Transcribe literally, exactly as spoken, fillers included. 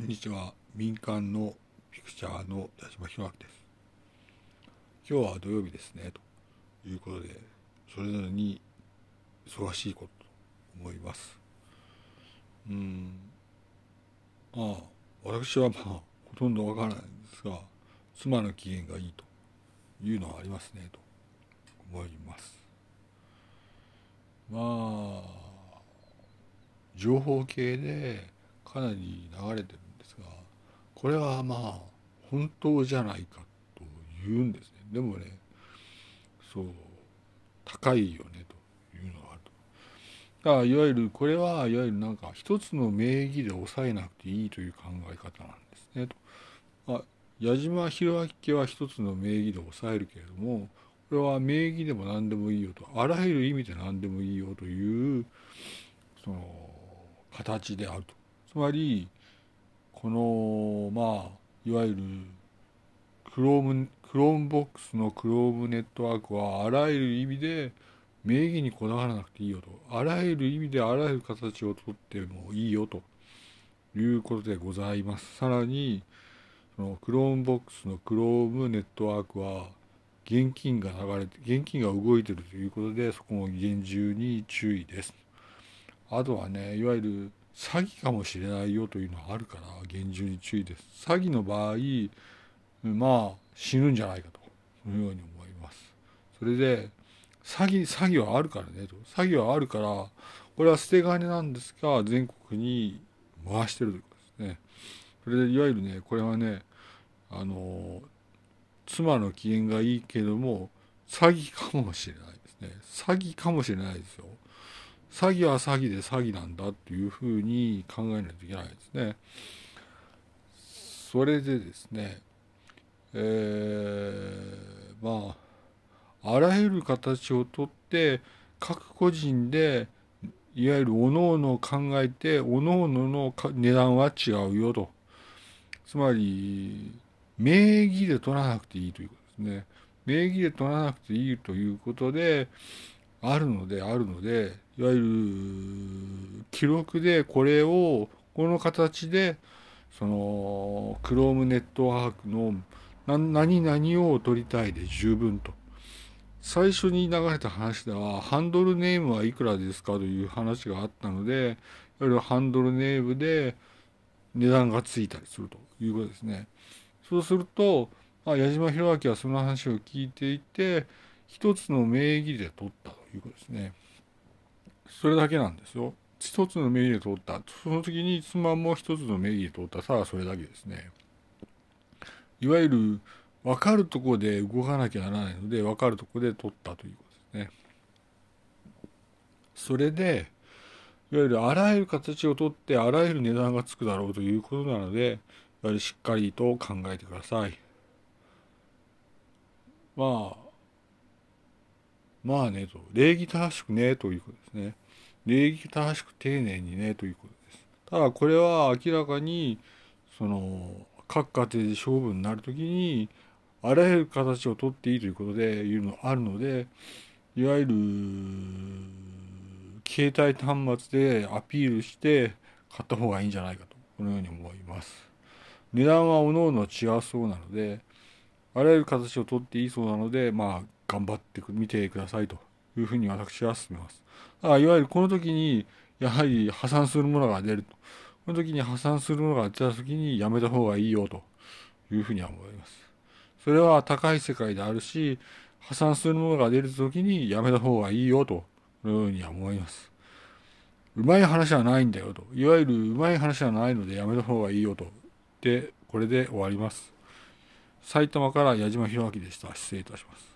んにちは。民間のピクチャーの矢島弘明です。今日は土曜日ですね、ということで、それぞれに忙しいことと思います。うーん、まあ、私はまあ、ほとんどわからないんですが、妻の機嫌がいいというのはありますね、と思います。まあ、情報系でかなり流れてるんですが、これはまあ、本当じゃないかと言うんですね。でもね、そう、高いよねというのがあると。だからいわゆる、これはいわゆるなんか一つの名義で抑えなくていいという考え方なんですねと。まあ、矢島弘明家は一つの名義で抑えるけれども、これは名義でも何でもいいよと、あらゆる意味で何でもいいよという、その、形であると。つまり、この、まあ、いわゆる、クローム、クロームボックスのクロームネットワークはあらゆる意味で名義にこだわらなくていいよと。あらゆる意味であらゆる形をとってもいいよということでございます。さらに、そのクロームボックスのクロームネットワークは現金が流れて、現金が動いているということで、そこも厳重に注意です。あとはね、いわゆる詐欺かもしれないよというのはあるから厳重に注意です。詐欺の場合、まあ死ぬんじゃないかと、そのように思います。それで、詐欺、詐欺はあるからねと。詐欺はあるから、これは捨て金なんですが、全国に回してるということですね。それで、いわゆるね、これはね、あの、妻の機嫌がいいけども、詐欺かもしれないですね。詐欺かもしれないですよ。詐欺は詐欺で詐欺なんだっていうふうに考えないといけないですね。それでですね、えー、まあ、あらゆる形をとって、各個人で、いわゆる各々を考えて、各々の値段は違うよと。つまり、名義で取らなくていいということですね。名義で取らなくていいということで、あるので、あるので、いわゆる、記録でこれを、この形で、その、クロームネットワークの何々を取りたいで十分と。最初に流れた話では、ハンドルネームはいくらですかという話があったので、いわゆるハンドルネームで値段がついたりするということですね。そうすると、まあ、矢島弘明はその話を聞いていて、一つの名義で取ったということですね。それだけなんですよ。一つの名義で取った。その時に妻も一つの名義で取った。さあ、それだけですね。いわゆる、分かるところで動かなきゃならないので、分かるところで取ったということですね。それで、いわゆるあらゆる形をとってあらゆる値段がつくだろうということなので、いわゆるしっかりと考えてください。まあ、まあねと、礼儀正しくねということですね。礼儀正しく丁寧にねということです。ただこれは明らかに、その、各家庭で勝負になるときに、あらゆる形をとっていいということでいうのあるので、いわゆる、携帯端末でアピールして買った方がいいんじゃないかと、このように思います。値段は各々違うそうなので、あらゆる形をとっていいそうなので、まあ、頑張ってみてくださいというふうに私は進めます。だからいわゆるこの時に、やはり破産するものが出ると。この時に破産するものが出た時にやめた方がいいよというふうには思います。それは高い世界であるし、破産するものが出る時にやめた方がいいよと、このようには思います。うまい話はないんだよと。いわゆるうまい話はないのでやめた方がいいよと。で、これで終わります。埼玉から矢島弘明でした。失礼いたします。